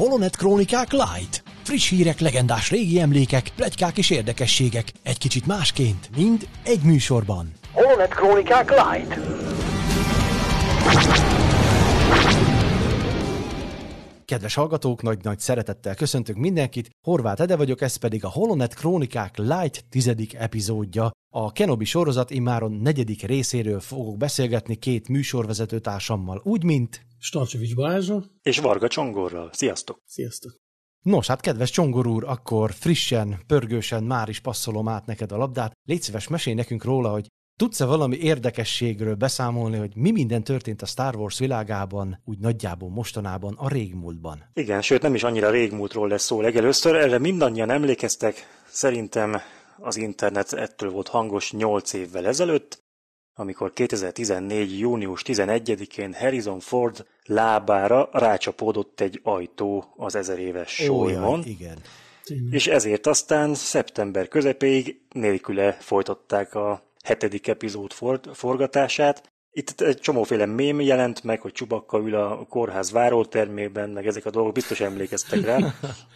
Holonet Krónikák Light. Friss hírek, legendás régi emlékek, pletykák és érdekességek. Egy kicsit másként, mind egy műsorban. Holonet Krónikák Light. Kedves hallgatók, nagy-nagy szeretettel köszöntök mindenkit. Horváth Ede vagyok, ez pedig a Holonet Krónikák Light 10. epizódja. A Kenobi sorozat immáron 4. részéről fogok beszélgetni két műsorvezető társammal, úgy mint... Starcsovics Balázsra. És Varga Csongorral. Sziasztok! Sziasztok! Nos, hát kedves Csongor úr, akkor frissen, pörgősen már is passzolom át neked a labdát. Légy szíves, mesélj nekünk róla, hogy tudsz-e valami érdekességről beszámolni, hogy mi minden történt a Star Wars világában, úgy nagyjából mostanában, a régmúltban? Igen, sőt nem is annyira régmúltról lesz szó legelőször, erre mindannyian emlékeztek, szerintem az internet ettől volt hangos 8 évvel ezelőtt, amikor 2014. június 11-én Harrison Ford lábára rácsapódott egy ajtó az 1000 éves sólymon, igen. És ezért aztán szeptember közepéig nélküle folytatták a 7. epizód forgatását. Itt egy csomóféle mém jelent meg, hogy Chewbacca ül a kórház várótermében, meg ezek a dolgok, biztos emlékeztek rá.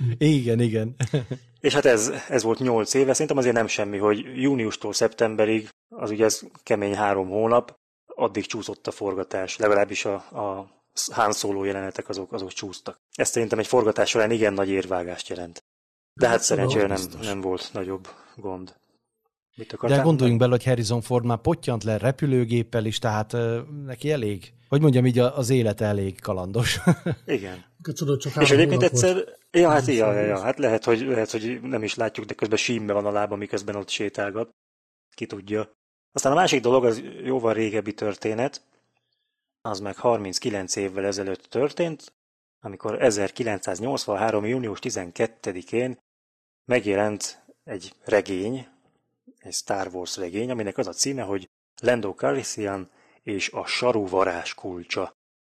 Igen. És hát ez volt 8 éve, szerintem azért nem semmi, hogy júniustól szeptemberig, az ugye ez kemény 3 hónap, addig csúszott a forgatás, legalábbis a Han Solo jelenetek azok csúsztak. Ez szerintem egy forgatás során igen nagy érvágást jelent. De hát szerencsére nem volt nagyobb gond. De gondoljunk bele, hogy Harrison Ford már pottyant le repülőgéppel is, tehát neki elég, hogy mondjam így, az élet elég kalandos. Igen. És egyébként egyszer, hát lehet, hogy nem is látjuk, de közben sínbe van a lába, miközben ott sétálgat. Ki tudja. Aztán a másik dolog, az jóval régebbi történet, az meg 39 évvel ezelőtt történt, amikor 1983. június 12-én megjelent egy regény, egy Star Wars regény, aminek az a címe, hogy Lando Calrissian és a saru varázs kulcsa.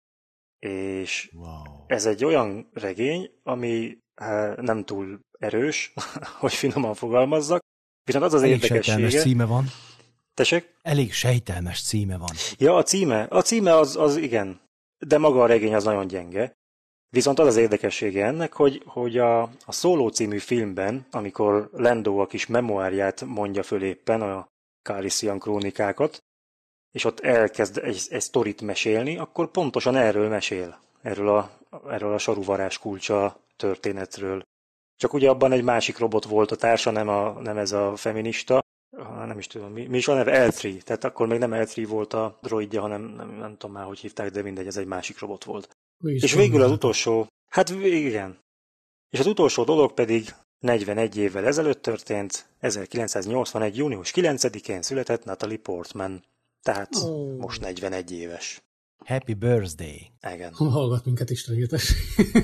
És Ez egy olyan regény, ami nem túl erős, hogy finoman fogalmazzak, viszont az érdekessége... Sejtelmes címe van. Tessék? Elég sejtelmes címe van. Ja, a címe az igen, de maga a regény az nagyon gyenge. Viszont az érdekessége ennek, hogy a Solo című filmben, amikor Lando a kis memoárját mondja föl éppen, a Calrissian krónikákat, és ott elkezd egy sztorit mesélni, akkor pontosan erről mesél, erről a saru varázs kulcsa történetről. Csak ugye abban egy másik robot volt a társa, nem ez a feminista, nem is tudom, mi is a neve? L3, tehát akkor még nem L3 volt a droidja, hanem nem tudom már, hogy hívták, de mindegy, ez egy másik robot volt. És végül az utolsó, hát igen, és az utolsó dolog pedig 41 évvel ezelőtt történt, 1981. június 9-én született Natalie Portman, tehát most 41 éves. Happy birthday! Igen. Hallgat minket Isten értes.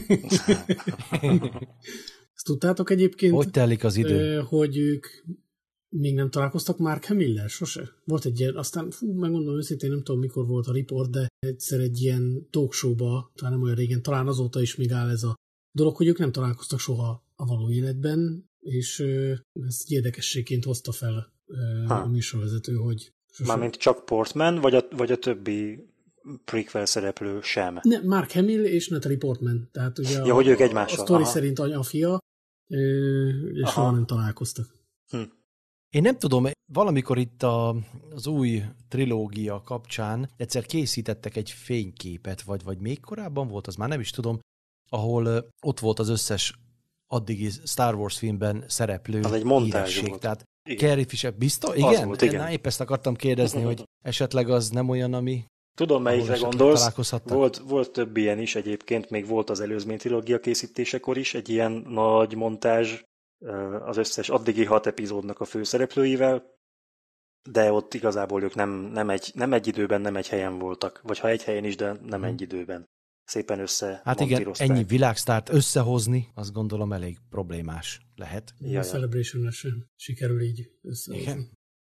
Ezt tudtátok egyébként? Hogy telik az idő? Hogy ők még nem találkoztak Mark Hamillel sose? Volt egy ilyen, aztán megmondom őszintén, nem tudom mikor volt a riport, de egyszer egy ilyen talkshowba, talán nem olyan régen, talán azóta is még áll ez a dolog, hogy ők nem találkoztak soha a való életben, és ezt érdekességként hozta fel a műsorvezető, hogy sose... Mármint csak Portman, vagy a többi prequel szereplő sem? Ne, Mark Hamill és Natalie Portman. Tehát ugye hogy ők egymással. A sztori szerint a fia, és soha nem találkoztak. Én nem tudom, valamikor itt az új trilógia kapcsán egyszer készítettek egy fényképet, vagy még korábban volt, az már nem is tudom, ahol ott volt az összes addigi Star Wars filmben szereplő az egy montázs volt. Tehát Carrie Fisher, biztos? Igen? Volt, igen. Épp ezt akartam kérdezni, hogy esetleg az nem olyan, ami... Tudom, melyikre gondolsz. Volt több ilyen is egyébként, még volt az előzmény trilógia készítésekor is, egy ilyen nagy montázs az összes addigi 6 epizódnak a főszereplőivel, de ott igazából ők nem egy időben, nem egy helyen voltak. Vagy ha egy helyen is, de nem egy időben. Szépen Hát igen, ennyi világsztárt összehozni, azt gondolom elég problémás lehet. A Celebration-re sem sikerül így összehozni. Igen.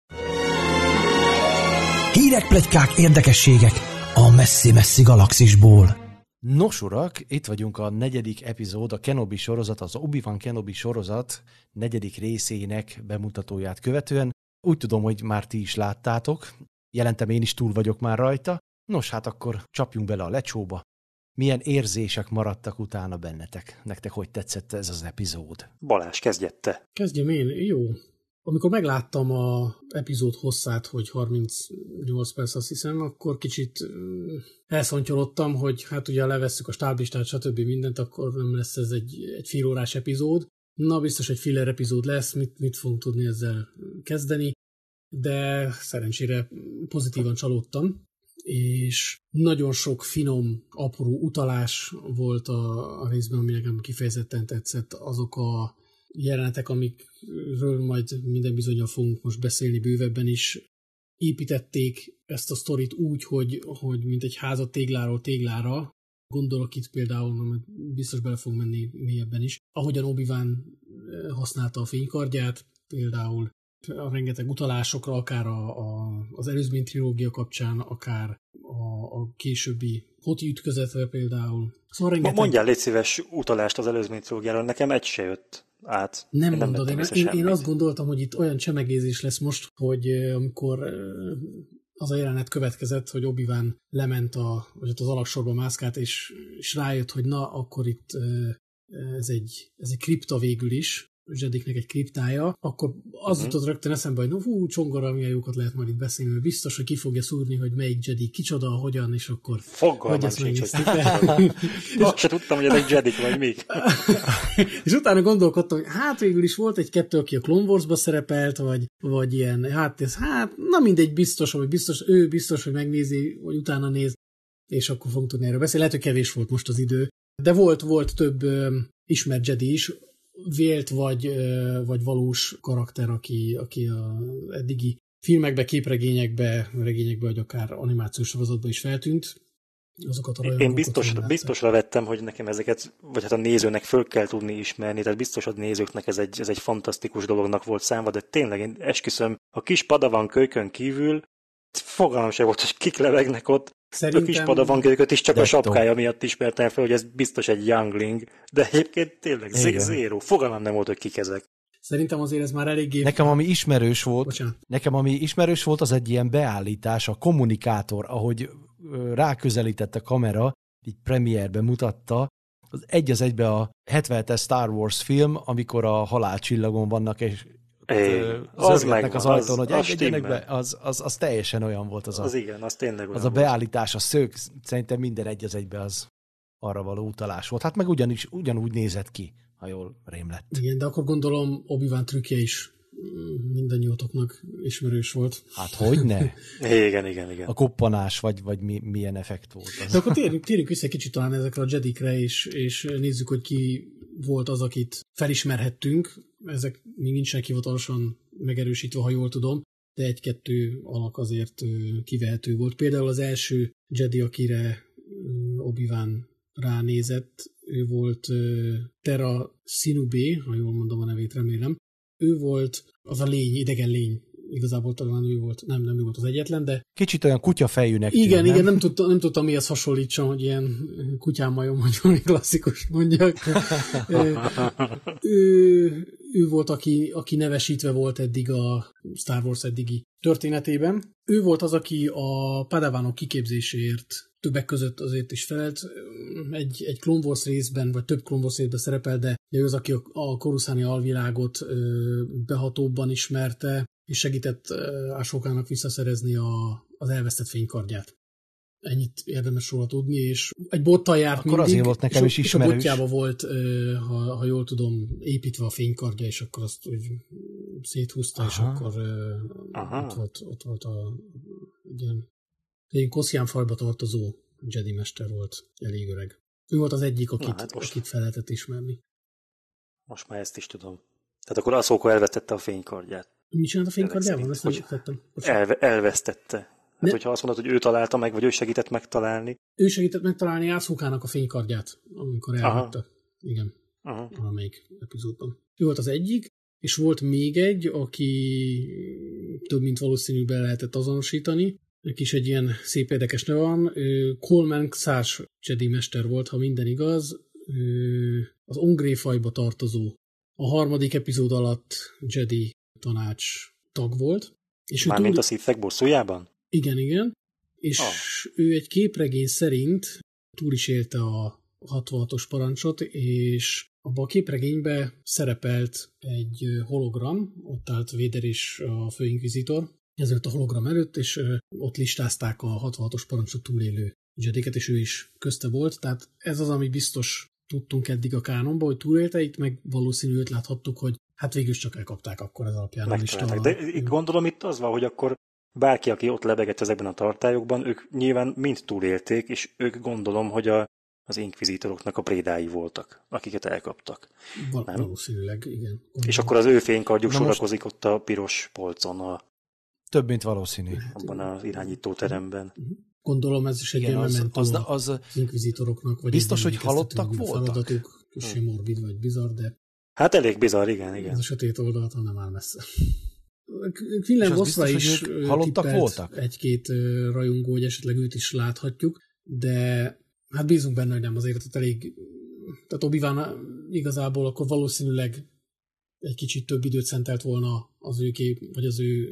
Hírek, pletykák, érdekességek a messzi-messzi galaxisból. Nos urak, itt vagyunk a 4. epizód, a Kenobi sorozat, az Obi-Wan Kenobi sorozat 4. részének bemutatóját követően. Úgy tudom, hogy már ti is láttátok, jelentem én is túl vagyok már rajta. Nos, hát akkor csapjunk bele a lecsóba. milyen érzések maradtak utána bennetek? Nektek hogy tetszett ez az epizód? Balázs, kezdjette. Kezdjem én? Jó. Amikor megláttam a epizód hosszát, hogy 38 perc, azt hiszem, akkor kicsit elszontyolottam, hogy hát ugye levesszük a stáblistát, stb. Mindent, akkor nem lesz ez egy félórás epizód. Na, biztos egy filler epizód lesz, mit fogunk tudni ezzel kezdeni, de szerencsére pozitívan csalódtam, és nagyon sok finom, apró utalás volt a részben, ami nekem kifejezetten tetszett, azok a jelenetek, amikről majd minden bizonnyal fogunk most beszélni bővebben is, építették ezt a sztorit úgy, hogy mint egy házat tégláról téglára, gondolok itt például, mert biztos bele fogunk menni mélyebben is, ahogyan Obi-Wan használta a fénykardját, például a rengeteg utalásokra, akár az előzmény trilógia kapcsán, akár a későbbi hoti ütközetre például. Szóval rengeteg... Mondjál, légy szíves utalást az előzmény trilógiáról, nekem egy se jött át. Nem mondod, én azt gondoltam, hogy itt olyan csemegézés lesz most, hogy amikor az a jelenet következett, hogy Obi-Wan lement vagy ott az alaksorba mászkált, és rájött, hogy na, akkor itt ez egy kripta végül is, Jediknek egy kriptája, akkor az jutott rögtön eszembe, hogy csongorral milyen jókat lehet majd itt beszélni, mert biztos, hogy ki fogja szúrni, hogy melyik Jedi kicsoda, hogyan, és akkor... Fogalmam sincs, hogy azt se tudtam, hogy ezek Jedik vagy még. És utána gondolkodtam, hogy hát végül is volt egy-kettő, aki a Clone Wars-ba szerepelt, vagy ilyen, na mindegy, biztos, hogy megnézi, vagy utána néz, és akkor fogunk tudni erről beszélni. Lehet, hogy kevés volt most az idő, de volt több ismert Jedi is, vélt vagy valós karakter, aki a eddigi filmekbe, képregényekbe, vagy akár animációs sorozatban is feltűnt. Én biztosra vettem, hogy nekem ezeket, vagy hát a nézőnek föl kell tudni ismerni, tehát biztos, hogy nézőknek ez egy fantasztikus dolognak volt számva, de tényleg én esküszöm, a kis Padawan kölykön kívül fogalmam sem volt, hogy kik levegnek ott. Szerintem... A kis Padawan kölyköt is csak a sapkája miatt ismertem fel, hogy ez biztos egy youngling, de egyébként tényleg zéro. Fogalmam nem volt, hogy kik ezek. Szerintem azért ez már eléggé... Nekem ami ismerős volt, az egy ilyen beállítás, a kommunikátor, ahogy ráközelített a kamera, így premierben mutatta, az egybe a 77-es Star Wars film, amikor a halálcsillagon vannak, és zörgetnek az ajtón, hogy engedjenek be, az teljesen olyan volt. Az igen, az tényleg olyan az a beállítás, a szög, szerintem minden egybe az arra való utalás volt. Hát meg ugyanúgy nézett ki, ha jól rém lett. Igen, de akkor gondolom Obi-Wan trükkje is mindannyiótoknak ismerős volt. Hát hogyne? Igen. A koppanás, vagy milyen effekt volt az. De akkor térjünk vissza egy kicsit talán ezekre a Jedikre, és nézzük, hogy ki volt az, akit felismerhettünk. Ezek még nincsenek hivatalosan megerősítve, ha jól tudom, de egy-kettő alak azért kivehető volt. Például az első Jedi, akire Obi-Wan ránézett, ő volt Terra Sinubé, ha jól mondom a nevét, remélem. Ő volt az a lény, idegen lény. Igazából talán ő volt, nem ő volt az egyetlen, de... Kicsit olyan kutyafejűnek tűnt, igen, nem tudtam mihez hasonlítsam, hogy ilyen kutyámajom, hogy valami klasszikus mondjak. ő volt, aki nevesítve volt eddig a Star Wars eddigi történetében. Ő volt az, aki a Padawanok kiképzéséért többek között azért is felelt. Egy Clone Wars részben, vagy több Clone Wars részben szerepel, de ő az, aki a Coruscanti alvilágot behatóbban ismerte, és segített Ahsokának visszaszerezni az elvesztett fénykardját. Ennyit érdemes róla tudni, és egy bottal járt akkor mindig, azért volt nekem is ismerős. És a botjába volt, ha jól tudom, építve a fénykardja, és akkor azt úgy széthúzta, és akkor ott volt egy ilyen koszjánfajba tartozó Jedi mester volt, elég öreg. Ő volt az egyik, akit fel lehetett ismerni. Most már ezt is tudom. Tehát akkor Ahsoka elvesztette a fénykardját. Mit csinált a fénykardjával? Ezt nem értettem. Elvesztette. Hát, hogyha azt mondod, hogy ő találta meg, vagy ő segített megtalálni. Ő segített megtalálni Ahsokának a fénykardját, amikor elhagyta. Igen. Valamelyik epizódban. Ő volt az egyik, és volt még egy, aki több mint valószínűben lehetett azonosítani. Neki is egy ilyen szép érdekes neve van. Coleman Xás Jedi mester volt, ha minden igaz. Az Ongré fajba tartozó. A harmadik epizód alatt Jedi tanács tag volt. Mármint a Sithek bosszújában? Igen. És ő egy képregény szerint túl is élte a 66-os parancsot, és abban a képregényben szerepelt egy hologram, ott állt Vader és a főinkvizitor, ezért a hologram előtt, és ott listázták a 66-os parancsot túlélő Jediket, és ő is közte volt, tehát ez az, ami biztos tudtunk eddig a kánonban, hogy túlélte, itt meg valószínű őt láthattuk, hogy hát végül csak elkapták akkor az alapján a lista. De gondolom itt az van, hogy akkor bárki, aki ott lebegett ezekben a tartályokban, ők nyilván mind túlélték, és ők gondolom, hogy az inkvizitoroknak a prédái voltak, akiket elkaptak. Valószínűleg, igen. Gondolom. És akkor az ő fénykardjuk sorakozik ott a piros polcon. Több, mint valószínű. Abban az irányítóteremben. Gondolom ez is egy ilyen mementó az inkvizitoroknak. Vagy biztos, hogy halottak voltak? Feladatuk, kicsi morbid vagy bizarr, de... Hát elég bizarr, igen. Ez a sötét oldaltól nem áll messze. Quinlan Vossra is halottak voltak? Egy-két rajongó, hogy esetleg őt is láthatjuk, de hát bízunk benne, hogy nem, azért elég... Tehát Obi-Wan igazából akkor valószínűleg egy kicsit több időt szentelt volna az ő vagy az ő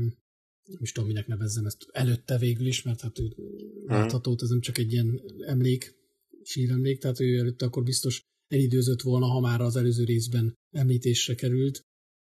nem is tudom, minek nevezzem ezt előtte végül is, mert hát ő látható, ez nem csak egy ilyen síremlék, tehát ő előtte akkor biztos elidőzött volna, ha már az előző részben említésre került.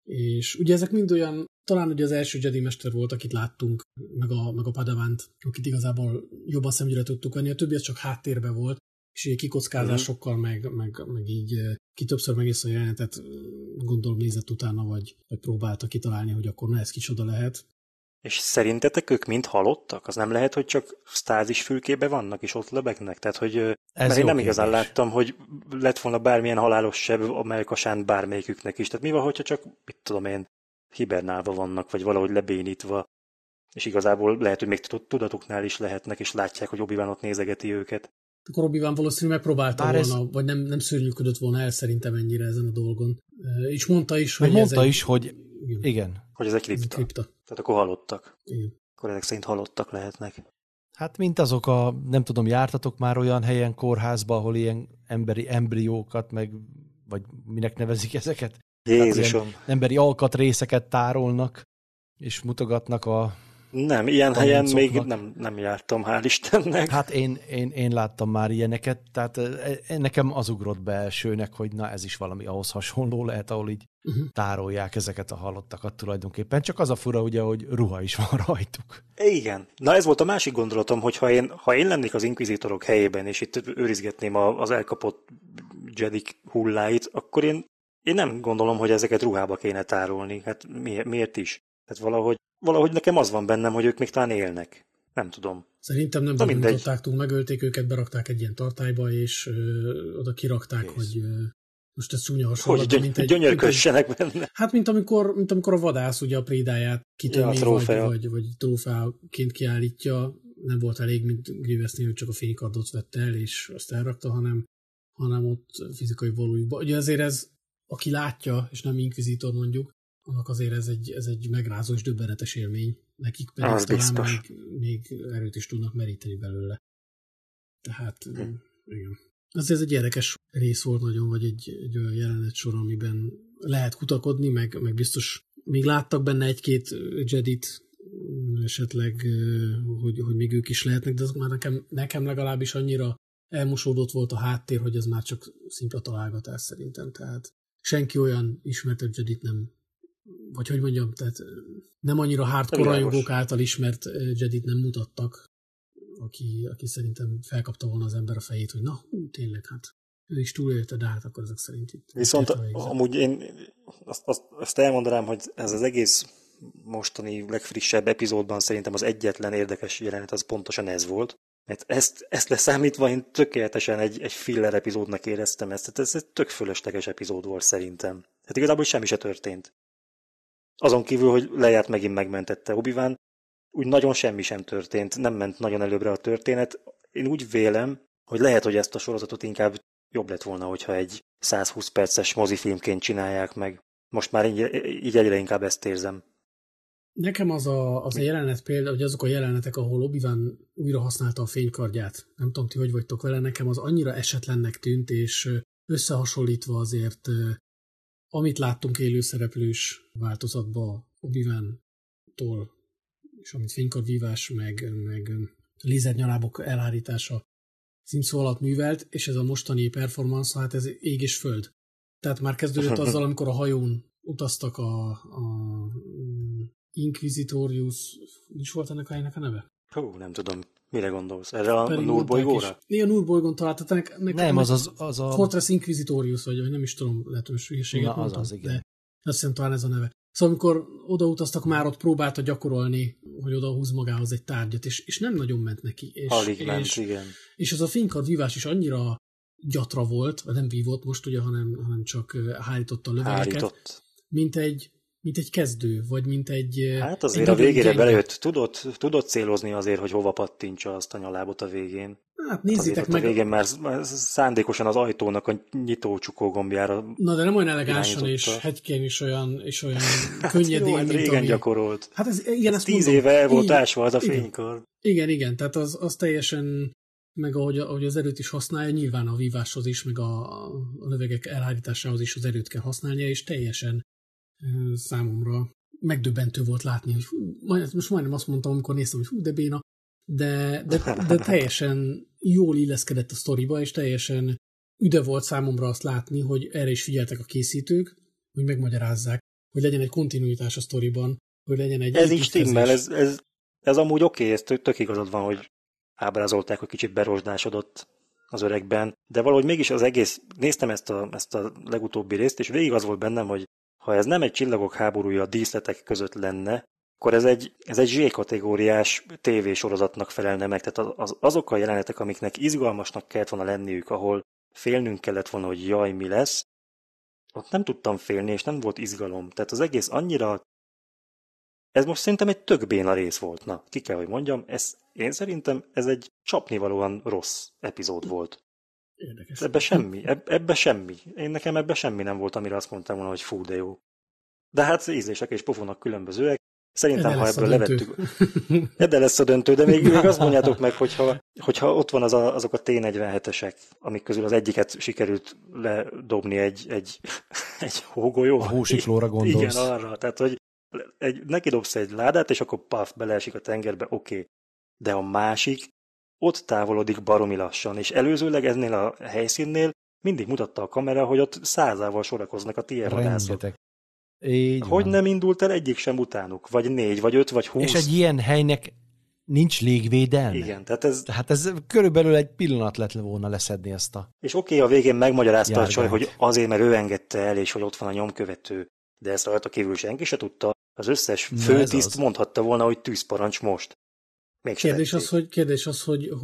És ugye ezek mind olyan, talán ugye az első Jedi mester volt, akit láttunk, meg a Padavánt, akit igazából jobban szemügyre tudtuk venni, a többi az csak háttérben volt, és kikockázásokkal, meg így ki többször megész a jelenetet, gondolom nézett utána, vagy próbálta kitalálni, hogy akkor ez kicsoda lehet. És szerintetek ők mind halottak? Az nem lehet, hogy csak stázis fülkébe vannak, és ott lebegnek? Tehát, hogy mert én nem igazán láttam, hogy lett volna bármilyen halálos seb a mellkasán bármelyiküknek is. Tehát mi van, hogyha csak, mit tudom én, hibernálva vannak, vagy valahogy lebénítva, és igazából lehet, hogy még tudatuknál is lehetnek, és látják, hogy Obi-Wan ott nézegeti őket. Akkor Obi-Wan valószínűleg megpróbálta volna, vagy nem szörnyűködött volna el szerintem ennyire ezen a dolgon. És mondta is, hogy igen. Hogy ez egy kripta. Tehát akkor halottak. Igen. Akkor ezek szerint halottak lehetnek. Hát mint azok nem tudom, jártatok már olyan helyen kórházba, ahol ilyen emberi embriókat, vagy minek nevezik ezeket? Jézusom. Emberi alkatrészeket tárolnak, és mutogatnak a... Nem, ilyen helyen még nem jártam, hál' Istennek. Hát én láttam már ilyeneket, tehát nekem az ugrott be elsőnek, hogy na ez is valami ahhoz hasonló lehet, ahol így tárolják ezeket a halottakat tulajdonképpen. Csak az a fura ugye, hogy ruha is van rajtuk. Igen. Na ez volt a másik gondolatom, hogy ha én lennék az inkvizitorok helyében, és itt őrizgetném az elkapott Jedik hulláit, akkor én nem gondolom, hogy ezeket ruhába kéne tárolni. Hát miért is? Tehát valahogy nekem az van bennem, hogy ők még talán élnek. Nem tudom. Szerintem nem bemutották túl, megölték őket, berakták egy ilyen tartályba, és oda kirakták, hogy most ez csúnya hasonlat. Hogy gyönyörködsenek benne. Hát mint amikor a vadász ugye a prédáját kitömi, vagy trófeaként kiállítja. Nem volt elég, mint Grievous-nél, hogy csak a fénykardot vette el, és azt elrakta, hanem ott fizikai valójukban. Ugye azért ez, aki látja, és nem inkvizitor mondjuk, annak azért ez egy megrázó és döbbenetes élmény. Nekik pedig talán még erőt is tudnak meríteni belőle. Tehát, igen. Ez egy érdekes rész volt nagyon, vagy egy olyan jelenet sor, amiben lehet kutakodni, meg biztos még láttak benne egy-két Jedit, esetleg, hogy még ők is lehetnek, de az már nekem legalábbis annyira elmosódott volt a háttér, hogy ez már csak szimpla találgatás szerintem. Tehát senki olyan ismertebb Jedit nem, vagy hogy mondjam, tehát nem annyira hardcore rajongók által ismert Jedit nem mutattak, aki szerintem felkapta volna az ember a fejét, hogy na, tényleg, hát ő is túlélte, de hát akkor ezek szerint itt. Viszont amúgy én azt elmondanám, hogy ez az egész mostani legfrissebb epizódban szerintem az egyetlen érdekes jelenet az pontosan ez volt. Mert ezt leszámítva én tökéletesen egy filler epizódnak éreztem ezt. Tehát ez egy tök fölösleges epizód volt szerintem. Hát igazából semmi se történt. Azon kívül, hogy lejárt megint megmentette Obi-Wan, úgy nagyon semmi sem történt, nem ment nagyon előbbre a történet. Én úgy vélem, hogy lehet, hogy ezt a sorozatot inkább jobb lett volna, hogyha egy 120 perces mozifilmként csinálják meg. Most már így egyre inkább ezt érzem. Nekem az a jelenet például, hogy azok a jelenetek, ahol Obi-Wan újra használta a fénykardját, nem tudom, ti hogy vagytok vele, nekem az annyira esetlennek tűnt, és összehasonlítva azért, amit láttunk élőszereplős változatban Obi-Wan-tól, és amit fénykardvívás, meg lézernyalábok elhárítása címszó alatt művelt, és ez a mostani performance, hát ez ég és föld. Tehát már kezdődött azzal, amikor a hajón utaztak a Inquisitorius, is volt ennek a helynek a neve? Hú, nem tudom, mire gondolsz? Erre a Nur bolygóra? A Nur bolygón találtak. Nem, az a... Fortress Inquisitorius, vagy nem is tudom, lehet, hogy hülyeséget mondtam, az, igen. de azt hiszem talán ez a neve. Szóval amikor odautaztak, már ott próbálta gyakorolni, hogy odahúz magához egy tárgyat, és nem nagyon ment neki. Alig ment, igen. És az a fénykardvívás is annyira gyatra volt, vagy nem vívott most ugye, hanem csak hárította a lövegeket, mint egy kezdő, vagy mint egy... Hát azért a végére belejött, tudott célozni azért, hogy hova pattintsa azt a nyalábot a végén. Hát nézzétek meg... A végén már szándékosan az ajtónak a nyitó-csukó gombjára. Na de nem olyan elegánsan, és hegykén is olyan könnyedén, hát régen ami... gyakorolt. Hát igen, ezt 10 éve el volt ásva az a fénykard. Igen, tehát az teljesen, meg ahogy az erőt is használja, nyilván a víváshoz is, meg a lövegek elhárításához is az erőt kell használnia, és teljesen számomra megdöbbentő volt látni, hogy most majdnem azt mondtam, amikor néztem, hogy de béna, de teljesen jól illeszkedett a sztoriba, és teljesen üde volt számomra azt látni, hogy erre is figyeltek a készítők, hogy megmagyarázzák, hogy legyen egy kontinuitás a sztoriban, hogy legyen egy... Ez is stimmel, ez amúgy oké, ez tök igazad van, hogy ábrázolták, hogy kicsit berosdásodott az öregben, de valahogy mégis az egész, néztem ezt a legutóbbi részt, és végig az volt bennem, hogy ha ez nem egy Csillagok háborúja a díszletek között lenne, akkor ez egy Z-kategóriás tévésorozatnak felelne meg. Tehát azok a jelenetek, amiknek izgalmasnak kellett volna lenniük, ahol félnünk kellett volna, hogy jaj, mi lesz, ott nem tudtam félni, és nem volt izgalom. Tehát az egész annyira... Ez most szerintem egy tök béna rész volt. Na, ki kell, hogy mondjam, én szerintem ez egy csapnivalóan rossz epizód volt. Érdekes. Ebbe semmi. Nekem ebbe semmi nem volt, amire azt mondtam volna, hogy fú, de jó. De hát ízlések és pofonok különbözőek. Szerintem, ha ebből levettük... De lesz a döntő, de még azt mondjátok meg, hogyha ott van azok a T-47-esek, amik közül az egyiket sikerült ledobni egy hógolyó. A hósiklóra gondolsz. Igen, arra. Tehát, hogy neki dobsz egy ládát, és akkor paf, beleesik a tengerbe, oké. De a másik ott távolodik baromi lassan, és előzőleg ennél a helyszínnél mindig mutatta a kamera, hogy ott 100-ával sorakoznak a tier-vadászok. Hogy nem indult el egyik sem utánuk? Vagy 4, vagy 5, vagy 20? És egy ilyen helynek nincs légvédelme? Igen, tehát ez körülbelül egy pillanat lett volna leszedni ezt a... És oké, a végén megmagyarázta a csaj, hogy azért, mert ő engedte el, és hogy ott van a nyomkövető. De ezt rajta kívül senki se tudta. Az összes főtiszt mondhatta volna, hogy tűzparancs most. Kérdés az,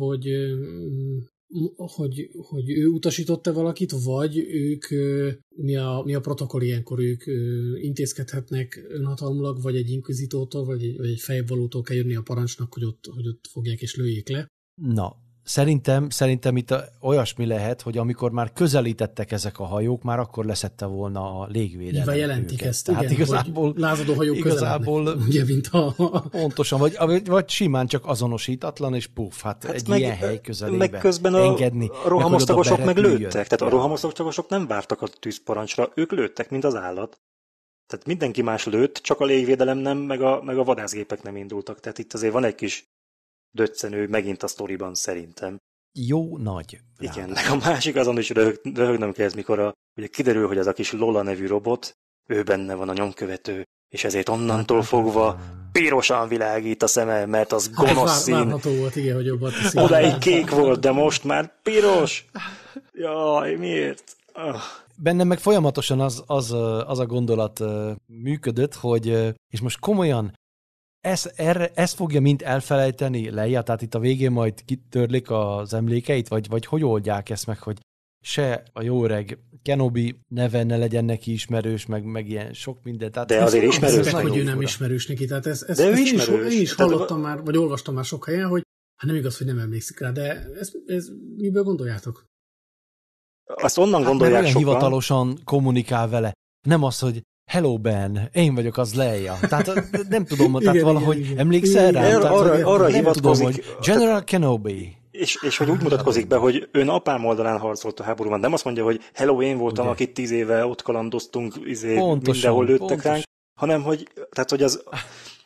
hogy ő utasította valakit, vagy ők, mi a protokoll ilyenkor, ők intézkedhetnek önhatalmulag, vagy egy inkvizitótól, vagy egy fejvalótól kell jönni a parancsnak, hogy ott fogják és lőjék le. Na, szerintem itt olyasmi lehet, hogy amikor már közelítettek ezek a hajók, már akkor leszette volna a légvédelem. Nyilván jelentik őket. ezt, tehát igen, igazából, hogy lázadó hajók igazából ugye, mint pontosan, vagy simán csak azonosítatlan, és puff, hát egy ilyen hely közelébe meg közben engedni. A rohamosztagosok meg lőttek, tehát a rohamosztagosok nem vártak a tűzparancsra, ők lőttek, mint az állat. Tehát mindenki más lőtt, csak a légvédelem nem, meg a vadászgépek nem indultak. Tehát itt azért van egy kis döccenő megint a sztoriban szerintem. Jó nagy. Igen, meg a másik azon is röhögnöm kezd, mikor ugye kiderül, hogy ez a kis Lola nevű robot, ő benne van a nyomkövető, és ezért onnantól fogva pirosan világít a szeme, mert az gonosz szín. Várható volt, igen, hogy jobban a odáig kék volt, de most már piros. Jaj, miért? Bennem meg folyamatosan az a gondolat működött, hogy, és most komolyan, ezt fogja mind elfelejteni Leia, tehát itt a végén majd kitörlik az emlékeit, vagy hogy oldják ezt meg, hogy se a jó öreg Kenobi neve ne legyen neki ismerős, meg ilyen sok minden. Tehát de azért ismerős. Hogy ő nem ismerős neki, tehát de ő ismerős. Én is hallottam már, vagy olvastam már sok helyen, hogy hát nem igaz, hogy nem emlékszik rá, de ez miből gondoljátok? Azt onnan gondolják sokan. hivatalosan kommunikál vele. Nem az, hogy hello Ben, én vagyok az Leia. Tehát nem tudom, tehát valahogy emlékszel rá? Arra hivatkozik. Tudom, hogy General Kenobi. És hogy úgy mutatkozik be, hogy ön apám oldalán harcolt a háborúban. Nem azt mondja, hogy hello, én voltam, akit 10 éve ott kalandoztunk, mindenhol lőttek ránk, hanem hogy, tehát, hogy az...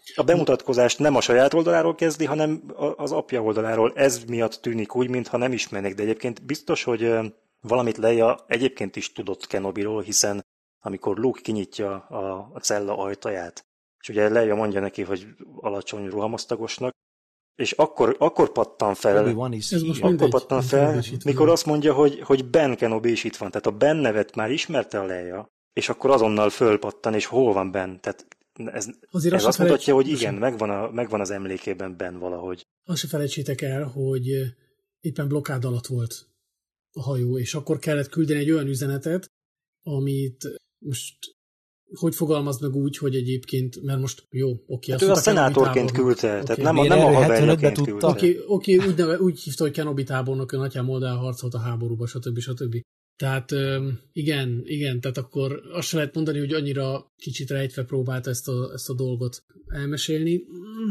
a bemutatkozást nem a saját oldaláról kezdi, hanem az apja oldaláról. Ez miatt tűnik úgy, mintha nem ismernék, de egyébként biztos, hogy valamit Leia egyébként is tudott Kenobiról, hiszen amikor Luke kinyitja a cella ajtaját, és ugye Leia mondja neki, hogy alacsony ruhamosztagosnak, és akkor pattan fel, mikor azt mondja, hogy Ben Kenobi is itt van. Tehát a Ben nevet már ismerte a Leia, és akkor azonnal fölpattan, és hol van Ben? Tehát ez azt mutatja, hogy igen, megvan az emlékében Ben valahogy. Azt se felejtsétek el, hogy éppen blokkád alatt volt a hajó, és akkor kellett küldeni egy olyan üzenetet, amit most hogy fogalmazd meg úgy, hogy egyébként, mert most jó, oké. Hát ő a szenátorként küldte, tehát nem a haverjaként küldte. Oké, úgy hívta, hogy Kenobi tábornok, ön atyám harcolt a háborúba, stb. Tehát igen, tehát akkor azt se lehet mondani, hogy annyira kicsit rejtve próbálta ezt a dolgot elmesélni.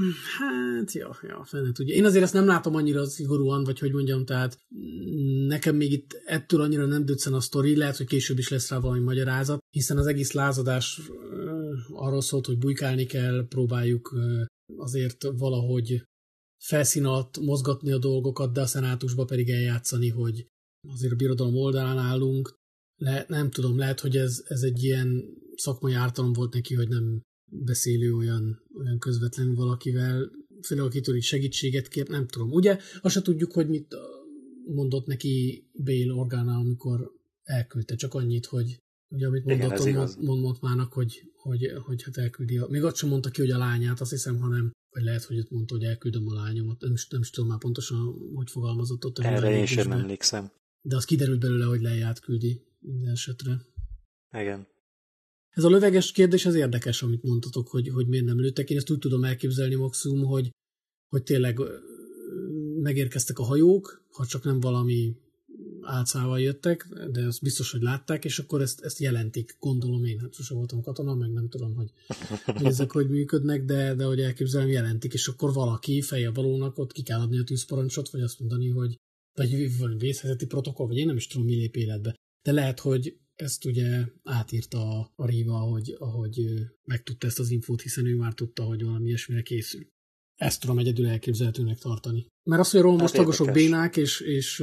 Hát, fene tudja. Én azért ezt nem látom annyira szigorúan, vagy hogy mondjam, tehát nekem még itt ettől annyira nem döccen a sztori, lehet, hogy később is lesz rá valami magyarázat, hiszen az egész lázadás arról szólt, hogy bujkálni kell, próbáljuk azért valahogy felszín alatt mozgatni a dolgokat, de a szenátusba pedig eljátszani, hogy azért a birodalom oldalán állunk. Nem tudom, lehet, hogy ez egy ilyen szakmai ártalom volt neki, hogy nem beszélő olyan közvetlenül valakivel, főleg akitől így segítséget kér, nem tudom. Ugye azt se tudjuk, hogy mit mondott neki Bail Organa, amikor elküldte, csak annyit, hogy ugye, amit mondott mának, hogy hát elküldi. Még azt sem mondta ki, hogy a lányát, azt hiszem, hanem vagy lehet, hogy ott mondta, hogy elküldöm a lányomat. Nem is tudom már pontosan, hogy fogalmazott ott. Erre én sem emlékszem. De az kiderült belőle, hogy Leiát küldi minden esetre. Igen. Ez a löveges kérdés az érdekes, amit mondtatok, hogy miért nem lőttek. Én ezt úgy tudom elképzelni maximum, hogy tényleg megérkeztek a hajók, ha csak nem valami álcával jöttek, de azt biztos, hogy látták, és akkor ezt jelentik, gondolom én. Hát sosem voltam katona, meg nem tudom, hogy ezek hogy működnek, de hogy elképzelem, jelentik, és akkor valaki feje valónak ott ki kell adni a tűzparancsot, vagy azt mondani, hogy vagy valami vészhelyzeti protokoll, vagy én nem is tudom, mi lép életbe. De lehet, hogy ezt ugye átírta a Riva, ahogy megtudta ezt az infót, hiszen ő már tudta, hogy valami ilyesmire készül. Ezt tudom egyedül elképzelhetőnek tartani. Mert az, hogy a rohamosztagosok bénák, és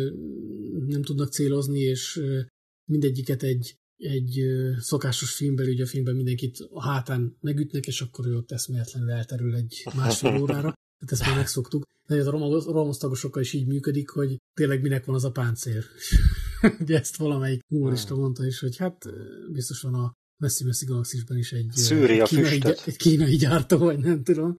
nem tudnak célozni, és mindegyiket egy szokásos filmben, ugye a filmben mindenkit a hátán megütnek, és akkor ő ott eszméletlenül elterül egy másfél órára. Tehát ezt már megszoktuk. De a rohamosztagosokkal is így működik, hogy tényleg minek van az a páncél. Ugye ezt valamelyik humorista mondta is, hogy hát biztos van a messzi-messzi galaxisban is egy kínai gyártó, vagy nem tudom.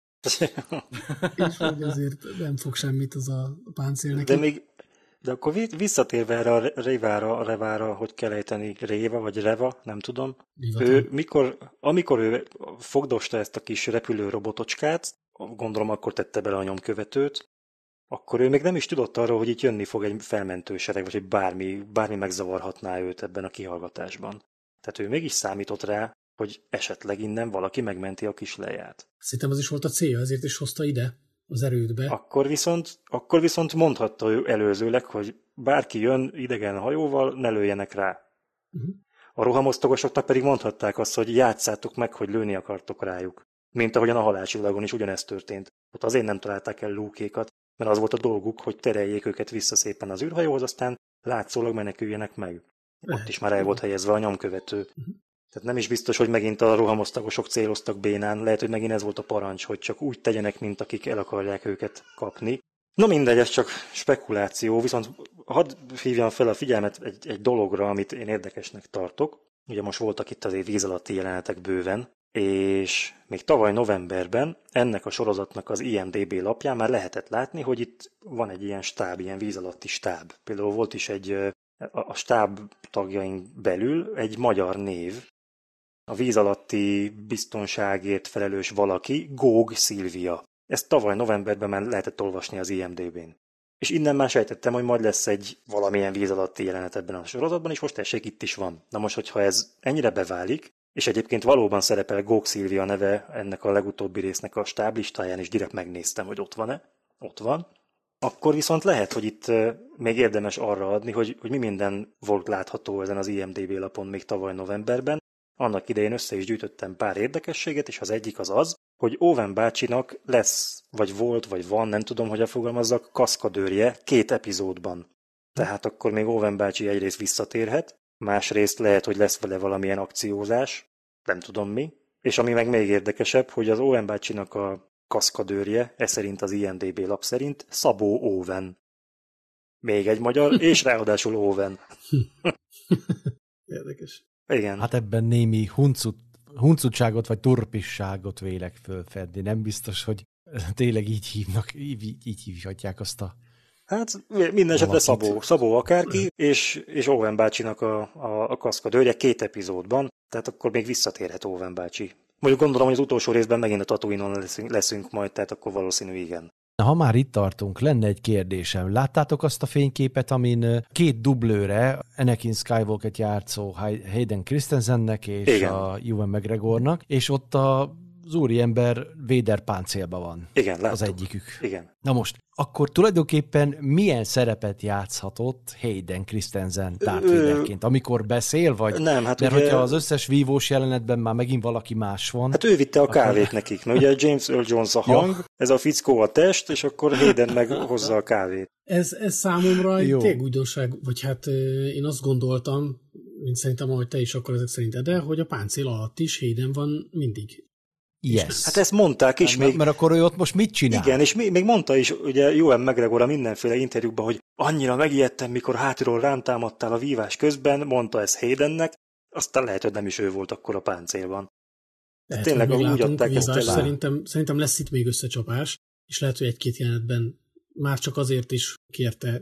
És hogy azért nem fog semmit az a páncél neki. De akkor visszatérve erre a Revára, hogy kell ejteni Réva, vagy Reva, nem tudom. Amikor ő fogdosta ezt a kis repülő robotocskát, gondolom akkor tette bele a nyomkövetőt, akkor ő még nem is tudott arról, hogy itt jönni fog egy felmentősereg, vagy hogy bármi megzavarhatná őt ebben a kihallgatásban. Tehát ő mégis számított rá, hogy esetleg innen valaki megmenti a kis Leiát. Szerintem az is volt a célja, ezért is hozta ide az erődbe. Akkor viszont mondhatta ő előzőleg, hogy bárki jön idegen hajóval, ne lőjenek rá. Uh-huh. A rohamosztagosoknak pedig mondhatták azt, hogy játszátok meg, hogy lőni akartok rájuk. Mint ahogyan a halálcsillagon is ugyanezt történt. Ott azért nem találták el Luke-ékat, mert az volt a dolguk, hogy tereljék őket vissza szépen az űrhajóhoz, aztán látszólag meneküljenek meg. Ott is már el volt helyezve a nyomkövető. Uh-huh. Tehát nem is biztos, hogy megint a rohamosztagosok céloztak bénán, lehet, hogy megint ez volt a parancs, hogy csak úgy tegyenek, mint akik el akarják őket kapni. No mindegy, ez csak spekuláció, viszont hadd hívjam fel a figyelmet egy dologra, amit én érdekesnek tartok. Ugye most voltak itt azért víz alatti jelenetek bőven, és még tavaly novemberben ennek a sorozatnak az IMDb lapján már lehetett látni, hogy itt van egy ilyen stáb, ilyen víz alatti stáb. Például volt is a stáb tagjain belül egy magyar név, a víz alatti biztonságért felelős valaki, Góg Szilvia. Ezt tavaly novemberben már lehetett olvasni az IMDb-n. És innen már sejtettem, hogy majd lesz egy valamilyen víz alatti jelenet ebben a sorozatban, és most tessék, itt is van. Na most, hogyha ez ennyire beválik, és egyébként valóban szerepel Góg Szilvia neve ennek a legutóbbi résznek a stáblistáján, és direkt megnéztem, hogy ott van-e. Ott van. Akkor viszont lehet, hogy itt még érdemes arra adni, hogy mi minden volt látható ezen az IMDb lapon még tavaly novemberben, Annak idején össze is gyűjtöttem pár érdekességet, és az egyik az, hogy Owen bácsinak lesz, vagy volt, vagy van, nem tudom, hogy fogalmazzak, kaszkadőrje 2 epizódban. Tehát akkor még Owen bácsi egyrészt visszatérhet, másrészt lehet, hogy lesz vele valamilyen akciózás, nem tudom mi, és ami meg még érdekesebb, hogy az Owen bácsinak a kaszkadőrje, ez szerint az IMDb lap szerint Szabó Owen. Még egy magyar, és ráadásul Owen. Érdekes. Igen. Hát ebben némi huncutságot vagy turpisságot vélek fölfedni. Nem biztos, hogy tényleg így hívnak, így hívhatják azt a... Hát minden esetre Szabó akárki, és Owen bácsinak a kaszkadőrje 2 epizódban, tehát akkor még visszatérhet Owen bácsi. Mondjuk gondolom, hogy az utolsó részben megint a Tatooine-on leszünk majd, tehát akkor valószínű igen. Na, ha már itt tartunk, lenne egy kérdésem. Láttátok azt a fényképet, amin 2 dublőre, Anakin Skywalker-t játszó Hayden Christensennek és igen. a Ewan McGregornak, és ott az úriember Vader páncélban van. Igen, láttuk. Az egyikük. Igen. Na most, akkor tulajdonképpen milyen szerepet játszhatott Hayden Christensen Darth Vaderként? Amikor beszél, vagy? Nem, hát mert ugye... hogyha az összes vívós jelenetben már megint valaki más van. Hát ő vitte a kávét nekik, mert ugye James Earl Jones a hang, ez a fickó a test, és akkor Hayden meg hozza a kávét. Ez számomra egy tényleg újdonság, vagy hát én azt gondoltam, mint szerintem, ahogy te is akkor ezek szerint, de hogy a páncél alatt is Hayden van mindig. Yes. Hát ezt mondták is még. Mert akkor ő ott most mit csinál? Igen, és még mondta is, ugye Ewan McGregor a mindenféle interjúkban, hogy annyira megijedtem, mikor hátulról rám támadtál a vívás közben, mondta ez Haydennek, aztán lehet, hogy nem is ő volt akkor a páncélban. Lehet, tényleg úgy adták ezt el. Szerintem lesz itt még összecsapás, és lehet, hogy 1-2 jelenetben már csak azért is kérte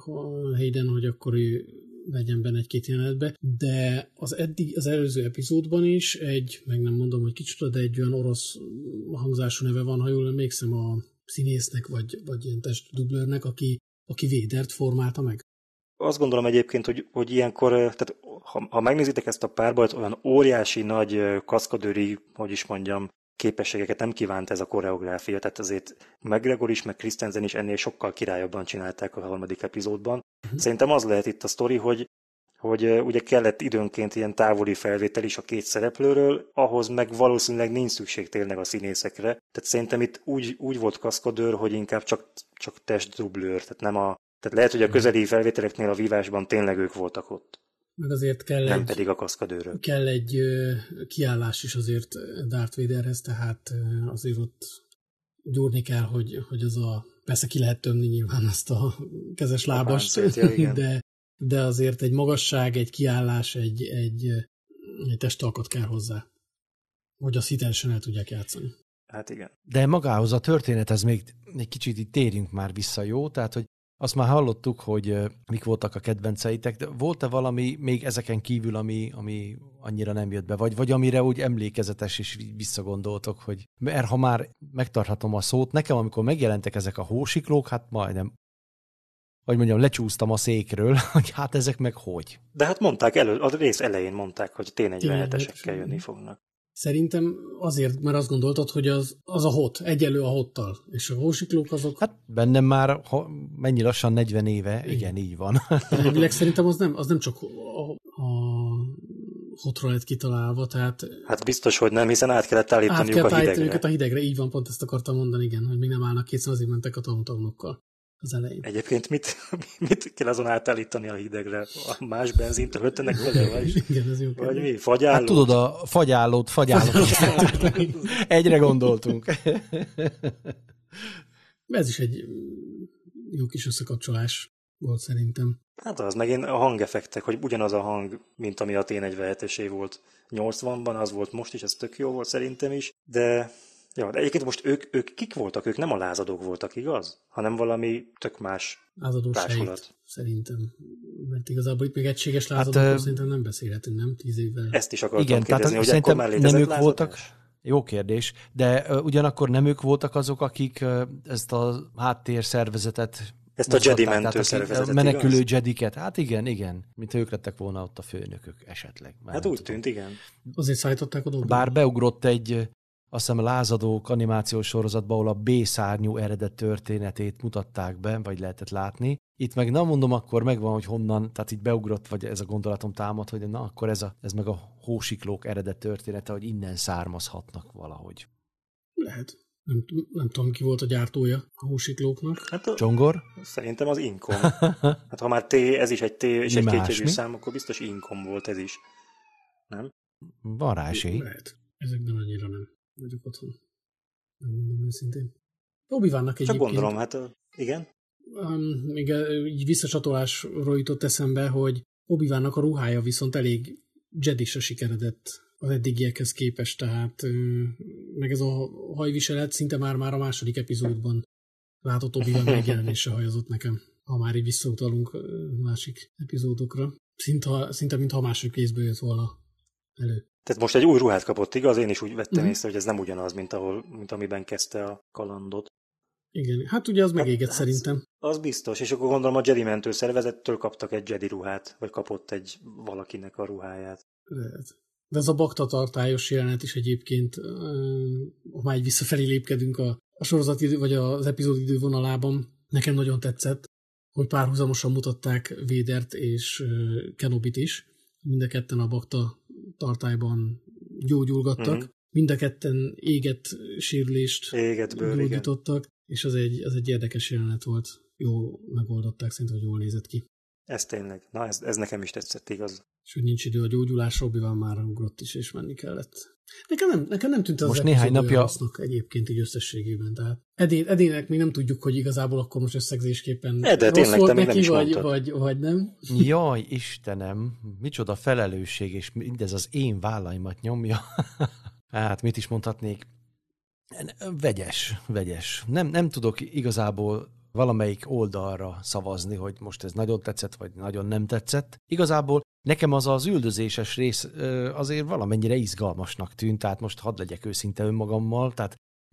Hayden, hogy akkor ő legyen benne 1-2 jelenetbe, de az előző epizódban is meg nem mondom, hogy kicsit, de egy olyan orosz hangzású neve van, ha jól emlékszem, a színésznek, vagy ilyen testdublőrnek, aki Vadert formálta meg. Azt gondolom egyébként, hogy ilyenkor, tehát ha megnézitek ezt a párbajt, olyan óriási nagy kaszkadőri, hogy is mondjam, képességeket nem kívánt ez a koreográfia, tehát azért McGregor is, meg Christensen is ennél sokkal királyabban csinálták a 3. epizódban. Szerintem az lehet itt a sztori, hogy ugye kellett időnként ilyen távoli felvétel is a 2 szereplőről, ahhoz meg valószínűleg nincs szükség tényleg a színészekre. Tehát szerintem itt úgy volt kaszkadőr, hogy inkább csak testdublőr, tehát lehet, hogy a közeli felvételeknél a vívásban tényleg ők voltak ott. Meg azért pedig a kaszkadőrök. Kell egy kiállás is azért Darth Vaderhez, tehát azért ott gyúrni kell, hogy az persze ki lehet tömni nyilván azt a kezes lábast, de azért egy magasság, egy kiállás, egy testalkat kell hozzá, hogy azt hitelesen el tudják játszani. Hát igen. De magához a történethez még egy kicsit itt térjünk már vissza, jó? Tehát, hogy azt már hallottuk, hogy mik voltak a kedvenceitek, de volt-e valami még ezeken kívül, ami annyira nem jött be? Vagy amire úgy emlékezetes és visszagondoltok, hogy mert ha már megtarthatom a szót, nekem amikor megjelentek ezek a hósiklók, hát majdnem, hogy mondjam, lecsúsztam a székről, hogy hát ezek meg hogy? De hát mondták a rész elején mondták, hogy T-47-esekkel jönni fognak. Szerintem azért, mert azt gondoltad, hogy az a hot, egyenlő a hottal, és a hósiklók azok... Hát bennem már mennyi lassan 40 éve, igen, így van. Elvileg szerintem az nem csak a hotra lett kitalálva, tehát... Hát biztos, hogy nem, hiszen át kellett állítaniuk a hidegre. Őket a hidegre, így van, pont ezt akartam mondani, igen, hogy még nem állnak készen, azért mentek a tanunokkal az elején. Egyébként mit kell azon átállítani a hidegre? A más benzint öltenek vele, vagy mi? Fagyállót? Hát tudod, a fagyállót. Egyre gondoltunk. Ez is egy jó kis összekapcsolás volt szerintem. Hát az megint a hangeffektek, hogy ugyanaz a hang, mint ami a T-47-esé volt 80-ban, az volt most is, ez tök jó volt szerintem is, de egyébként most ők kik voltak? Ők nem a lázadók voltak, igaz? Hanem valami tök más társulat. Szerintem. Mert igazából itt még egységes lázadókról szerintem nem beszélhetünk, nem? 10 évvel. Ezt is akartam kérdezni, hogy akkor már létezett nem ők lázadás? voltak. Jó kérdés, de ugyanakkor nem ők voltak azok, akik ezt a háttérszervezetet, ezt a Jedi mentő szervezetet, menekülő igaz? Jediket, hát igen, mint ők lettek volna ott a főnökök esetleg. Hát úgy tűnt, igen. Azért szállították a dolgot. Bár beugrott egy azt hiszem Lázadók animációs sorozatban, ahol a B-szárnyú eredet történetét mutatták be, vagy lehetett látni. Itt meg nem mondom, akkor megvan, hogy honnan, tehát így beugrott, vagy ez a gondolatom támad, hogy na, akkor ez meg a hósiklók eredet története, hogy innen származhatnak valahogy. Lehet. Nem tudom, ki volt a gyártója a hósiklóknak. Hát Csongor? Szerintem az Incom. Hát ha már ez is egy T és egy kétjegyű szám, akkor biztos Incom volt ez is. Nem? Van rá esély. Lehet. Ezekben annyira nem vagyok otthon. Nem mondom őszintén. Obi-Wannak egyébként. Csak gondolom, hát igen. Még így visszacsatolásról jutott eszembe, hogy Obi-Wannak a ruhája viszont elég Jedi-sre sikeredett az eddigiekhez képest, tehát meg ez a hajviselet szinte már a második epizódban látott Obi-Wan megjelenése hajazott nekem, ha már így visszautalunk másik epizódokra. Szinte mintha a második részből jött volna elő. Tehát most egy új ruhát kapott, igaz? Én is úgy vettem észre, hogy ez nem ugyanaz, mint amiben kezdte a kalandot. Igen, hát ugye az megégett szerintem. Az biztos, és akkor gondolom a Jedi mentő szervezettől kaptak egy Jedi ruhát, vagy kapott egy valakinek a ruháját. Lehet. De ez a baktatartályos jelenet is egyébként, ha már így visszafelé lépkedünk a sorozat vagy az epizód idővonalában, nekem nagyon tetszett, hogy párhuzamosan mutatták Vadert és Kenobit is. Mind a ketten a bakta tartályban gyógyulgattak. Mind a ketten sérülést gyógyítottak, és az egy érdekes jelenet volt. Jó megoldották, szerintem, hogy jól nézett ki. Ez tényleg. Na, ez nekem is tetszett, igaz. És hogy nincs idő a gyógyulásra, Obi-Wan már ugrott is, és menni kellett. Nekem nem tűnt az most néhány napja hasznak egyébként így összességében. Tehát Edének még nem tudjuk, hogy igazából akkor most összegzésképpen de rossz volt neki, vagy nem. Jaj, Istenem, micsoda felelősség, és mindez az én vállaimat nyomja. Hát mit is mondhatnék? Vegyes. Nem tudok igazából valamelyik oldalra szavazni, hogy most ez nagyon tetszett, vagy nagyon nem tetszett. Igazából nekem az üldözéses rész azért valamennyire izgalmasnak tűnt, tehát most hadd legyek őszinte önmagammal, tehát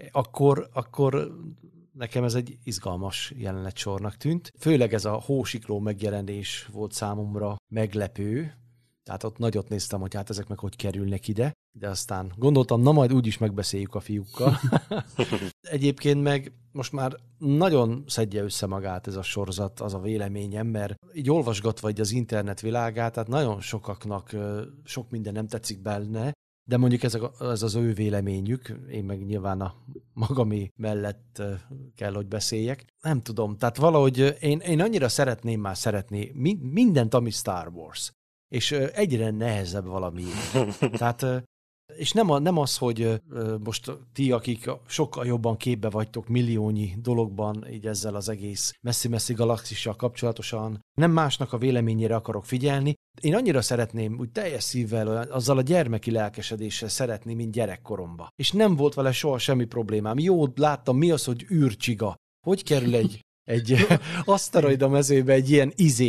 akkor nekem ez egy izgalmas jelenetsornak tűnt. Főleg ez a hósikló megjelenés volt számomra meglepő, tehát ott nagyot néztem, hogy hát ezek meg hogy kerülnek ide, de aztán gondoltam, na majd úgyis megbeszéljük a fiúkkal. Egyébként meg most már nagyon szedje össze magát ez a sorozat, az a véleményem, mert így olvasgatva így az internet világát, tehát nagyon sokaknak sok minden nem tetszik benne, de mondjuk ez az ő véleményük, én meg nyilván a magamé mellett kell, hogy beszéljek. Nem tudom, tehát valahogy én annyira szeretném már szeretni mindent, ami Star Wars. És egyre nehezebb valami. Tehát, és nem az, hogy most ti, akik sokkal jobban képbe vagytok milliónyi dologban, így ezzel az egész messzi-messzi galaxissal kapcsolatosan, nem másnak a véleményére akarok figyelni. Én annyira szeretném, úgy teljes szívvel, azzal a gyermeki lelkesedéssel szeretni, mint gyerekkoromba. És nem volt vele soha semmi problémám. Jó, láttam, mi az, hogy űrcsiga. Hogy kerül egy aszteroida mezőbe egy ilyen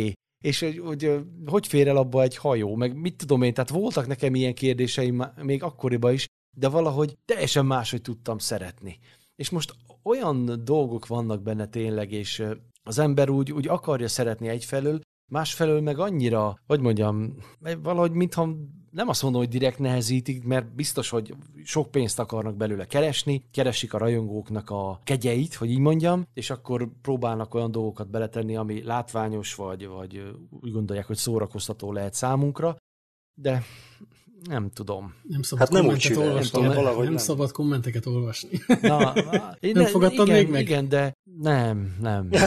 és hogy fér el abba egy hajó, meg mit tudom én, tehát voltak nekem ilyen kérdéseim még akkoriban is, de valahogy teljesen máshogy tudtam szeretni. És most olyan dolgok vannak benne tényleg, és az ember úgy akarja szeretni egyfelől, másfelől meg annyira, hogy mondjam, valahogy mintha nem azt mondom, hogy direkt nehezítik, mert biztos, hogy sok pénzt akarnak belőle keresik a rajongóknak a kegyeit, hogy így mondjam, és akkor próbálnak olyan dolgokat beletenni, ami látványos, vagy úgy gondolják, hogy szórakoztató lehet számunkra, de nem tudom. Nem szabad kommentet olvasni. Nem szabad kommenteket olvasni. Nem fogadtad még meg? Igen, de nem,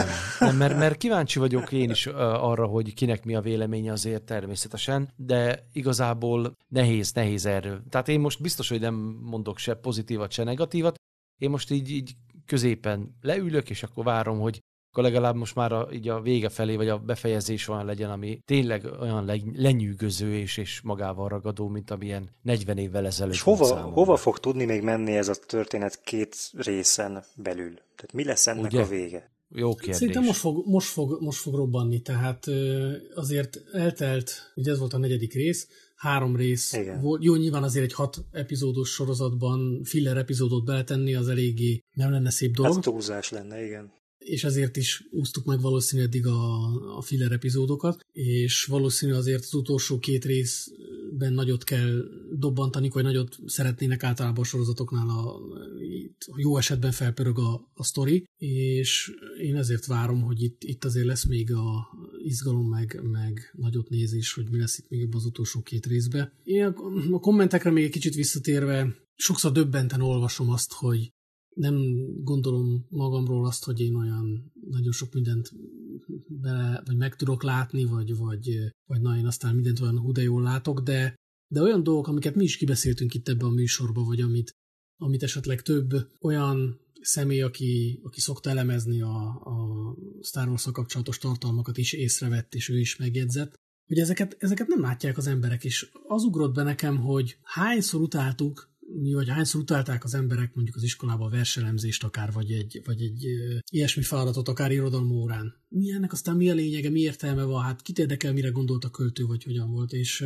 mert kíváncsi vagyok én is arra, hogy kinek mi a véleménye azért természetesen, de igazából nehéz erről. Tehát én most biztos, hogy nem mondok se pozitívat, se negatívat. Én most így középen leülök, és akkor várom, hogy akkor legalább most már így a vége felé, vagy a befejezés olyan legyen, ami tényleg olyan lenyűgöző és magával ragadó, mint amilyen 40 évvel ezelőtt. És hova fog tudni még menni ez a történet 2 részen belül? Tehát mi lesz ennek a vége? Jó kérdés. Szerintem most fog robbanni, tehát azért eltelt, ugye ez volt a 4. rész, 3 rész volt. Jó, nyilván azért egy 6 epizódos sorozatban filler epizódot beletenni, az eléggé nem lenne szép dolog. Ez túlzás lenne, igen. És ezért is úsztuk meg valószínűleg eddig a filler epizódokat, és valószínű azért az utolsó 2 rész nagyot kell dobbantani, vagy nagyot szeretnének általában a sorozatoknál, jó esetben felpörög a sztori, és én ezért várom, hogy itt azért lesz még a izgalom, meg nagyot nézés, hogy mi lesz itt még az utolsó 2 részben. Én a kommentekre még egy kicsit visszatérve, sokszor döbbenten olvasom azt, hogy nem gondolom magamról azt, hogy én olyan nagyon sok mindent vagy meg tudok látni, vagy na, én aztán mindent olyan hú de jól látok, de olyan dolgok, amiket mi is kibeszéltünk itt ebben a műsorban, vagy amit esetleg több olyan személy, aki szokta elemezni a Star Wars-szal kapcsolatos tartalmakat is észrevett, és ő is megjegyzett, hogy ezeket nem látják az emberek, és az ugrott be nekem, hogy hányszor utálták az emberek mondjuk az iskolában a verselemzést akár, vagy egy ilyesmi feladatot, akár irodalomórán. Ennek aztán mi a lényege, mi értelme van, hát kit érdekel, mire gondolt a költő, vagy hogyan volt, és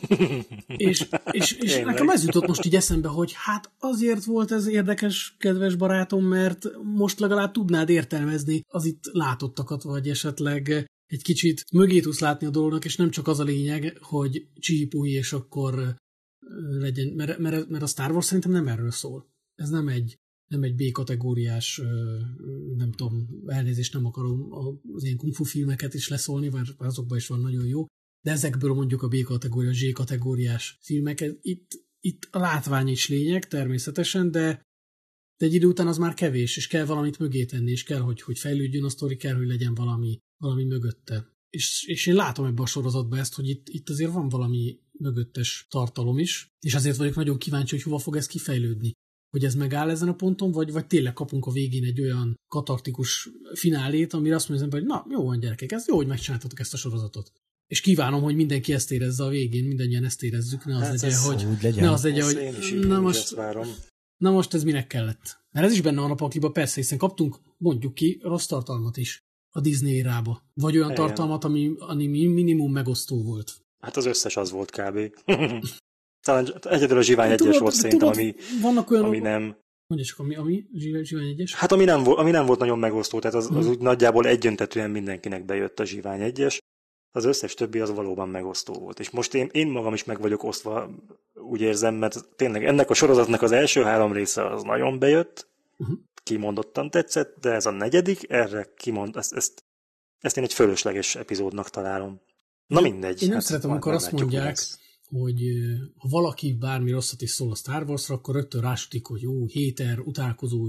nekem ez jutott most így eszembe, hogy hát azért volt ez érdekes, kedves barátom, mert most legalább tudnád értelmezni az itt látottakat, vagy esetleg egy kicsit mögé tudsz látni a dolognak, és nem csak az a lényeg, hogy csípúj, és akkor legyen, mert a Star Wars szerintem nem erről szól. Ez nem egy B-kategóriás, nem tudom, elnézést, nem akarom az ilyen kung fu filmeket is leszólni, mert azokban is van nagyon jó, de ezekből mondjuk a B-kategóriás, Z-kategóriás filmeket, itt a látvány is lényeg természetesen, de egy idő után az már kevés, és kell valamit mögé tenni, és kell, hogy fejlődjön a sztori, kell, hogy legyen valami mögötte. És én látom ebben a sorozatban ezt, hogy itt azért van valami mögöttes tartalom is, és azért vagyok nagyon kíváncsi, hogy hova fog ez kifejlődni. Hogy ez megáll ezen a ponton, vagy tényleg kapunk a végén egy olyan katartikus finálét, amire azt mondja, hogy na, jó van gyerekek, ez jó, hogy megcsináltatok ezt a sorozatot. És kívánom, hogy mindenki ezt érezze a végén, mindannyian ezt érezzük, ne az legyen, hogy na most ez minek kellett. Mert ez is benne van a pakliba, persze, hiszen kaptunk, mondjuk ki, rossz tartalmat is a Disney érába. Vagy olyan tartalmat, ami minimum megosztó volt. Hát az összes az volt kb. Talán egyedül a Zsivány 1-es volt szerintem, ami nem... Mondja csak, ami Zsivány 1-es? Hát ami nem volt nagyon megosztó, tehát az úgy nagyjából egyöntetően mindenkinek bejött a Zsivány 1-es. Az összes többi az valóban megosztó volt. És most én magam is meg vagyok osztva, úgy érzem, mert tényleg ennek a sorozatnak az első 3 része az nagyon bejött, kimondottan tetszett, de ez a 4. erre ezt én egy fölösleges epizódnak találom. Na mindegy. Én nem szeretem, amikor azt mondják, hogy ha valaki bármi rosszat is szól a Star Warsra, akkor rögtön rásütik, hogy jó, héter, utálkozó,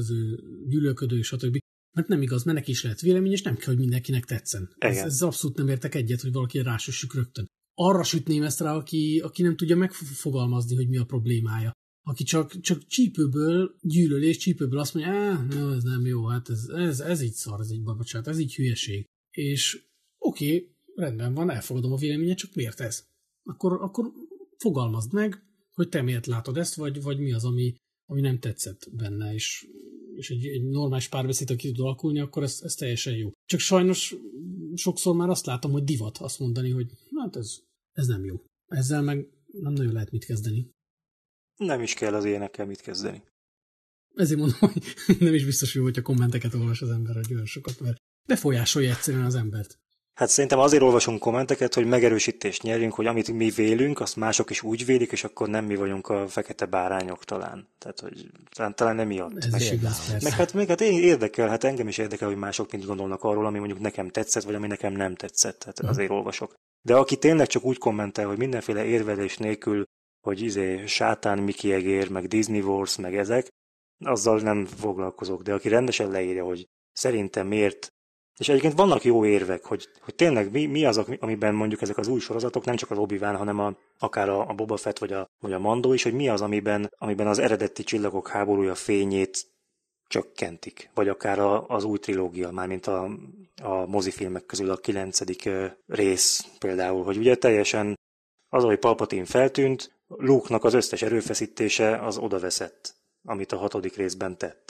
gyűlölködő, stb. Mert nem igaz, mert neki is lehet vélemény, és nem kell, hogy mindenkinek tetszen. Ez abszolút nem értek egyet, hogy valaki rásüssük rögtön. Arra sütném ezt rá, aki nem tudja megfogalmazni, hogy mi a problémája. Aki csak csípőből gyűlöl, és csípőből azt mondja, ez nem jó, hát ez így szar, ez így bocsánat, ez így hülyeség. És oké, rendben van, elfogadom a véleményet, csak miért ez? Akkor fogalmazd meg, hogy te miért látod ezt, vagy mi az, ami nem tetszett benne, és egy normális párbeszéd, aki tud alakulni, akkor ez teljesen jó. Csak sajnos sokszor már azt látom, hogy divat azt mondani, hogy hát ez nem jó. Ezzel meg nem nagyon lehet mit kezdeni. Nem is kell az ilyenekkel mit kezdeni. Ezért mondom, hogy nem is biztos jó, hogyha kommenteket olvas az ember, hogy olyan sokat, mert befolyásolja egyszerűen az embert. Hát szerintem azért olvasunk kommenteket, hogy megerősítést nyerjünk, hogy amit mi vélünk, azt mások is úgy vélik, és akkor nem mi vagyunk a fekete bárányok talán. Tehát, hogy talán nem miatt. Ez is igaz, persze. Meg hát érdekel, hát engem is érdekel, hogy mások mit gondolnak arról, ami mondjuk nekem tetszett, vagy ami nekem nem tetszett. Hát azért olvasok. De aki tényleg csak úgy kommentel, hogy mindenféle érvelés nélkül, hogy sátán Mickey egér, meg Disney Wars, meg ezek, azzal nem foglalkozok. De aki rendesen leírja, hogy szerintem miért. És egyébként vannak jó érvek, hogy tényleg mi az, amiben mondjuk ezek az új sorozatok, nem csak az Obi-Wan, hanem akár a Boba Fett vagy a Mando is, hogy mi az, amiben az eredeti Csillagok háborúja fényét csökkentik. Vagy akár az új trilógia, mármint a mozifilmek közül a 9. rész például, hogy ugye teljesen az, hogy Palpatine feltűnt, Luke-nak az összes erőfeszítése az odaveszett, amit a 6. részben tett.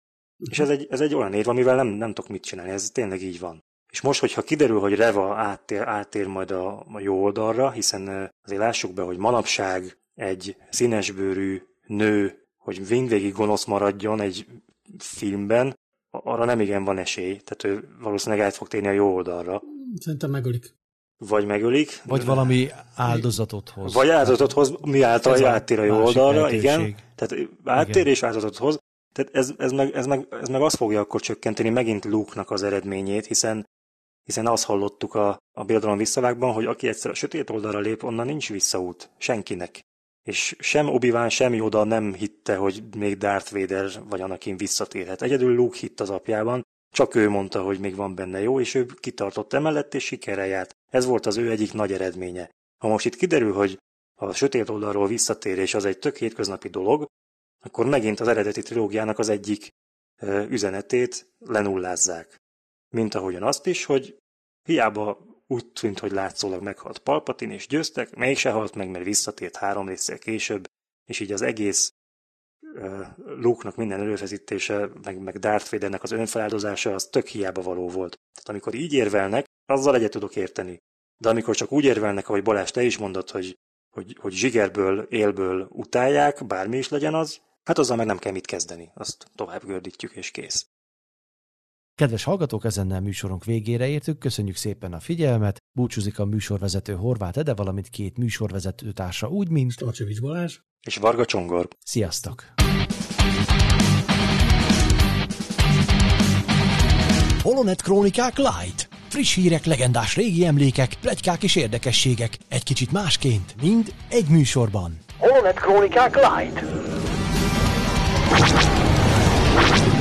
És ez egy olyan érv, amivel nem tudok mit csinálni, ez tényleg így van. És most, hogyha kiderül, hogy Reva áttér majd a jó oldalra, hiszen azért lássuk be, hogy manapság egy színesbőrű nő, hogy végig gonosz maradjon egy filmben, arra nem igen van esély. Tehát ő valószínűleg át fog térni a jó oldalra. Szerintem megölik. vagy megölik. Vagy valami áldozatot hoz. Vagy áldozatot hoz, mi által áttér a jó oldalra, igen. Tehát áttér és áldozatot hoz. Tehát ez meg azt fogja akkor csökkenteni megint Luke-nak az eredményét, hiszen azt hallottuk a Birodalom visszavágban, hogy aki egyszer a sötét oldalra lép, onnan nincs visszaút. Senkinek. És sem Obi-Wan, sem Yoda nem hitte, hogy még Darth Vader vagy Anakin visszatérhet. Egyedül Luke hitt az apjában, csak ő mondta, hogy még van benne jó, és ő kitartott emellett, és sikerrel járt. Ez volt az ő egyik nagy eredménye. Ha most itt kiderül, hogy a sötét oldalról visszatérés az egy tök hétköznapi dolog, akkor megint az eredeti trilógiának az egyik üzenetét lenullázzák. Mint ahogyan azt is, hogy hiába úgy tűnt, hogy látszólag meghalt Palpatine, és győztek, mégse halt meg, mert visszatért 3 résszel később, és így az egész Luke-nak minden előfeszítése, meg Darth Vadernek az önfeláldozása, az tök hiába való volt. Tehát amikor így érvelnek, azzal egyet tudok érteni. De amikor csak úgy érvelnek, ahogy Balázs, te is mondod, hogy zsigerből, élből utálják, bármi is legyen az, hát azzal meg nem kell mit kezdeni. Azt tovább gördítjük, és kész. Kedves hallgatók, ezennel műsorunk végére értük, köszönjük szépen a figyelmet, búcsúzik a műsorvezető Horváth Ede, valamint 2 műsorvezető társa úgy, mint Starcsevics Balázs és Varga Csongor. Sziasztok! Holonet Krónikák Light. Friss hírek, legendás régi emlékek, pletykák és érdekességek. Egy kicsit másként, mind egy műsorban. Holonet Krónikák Light.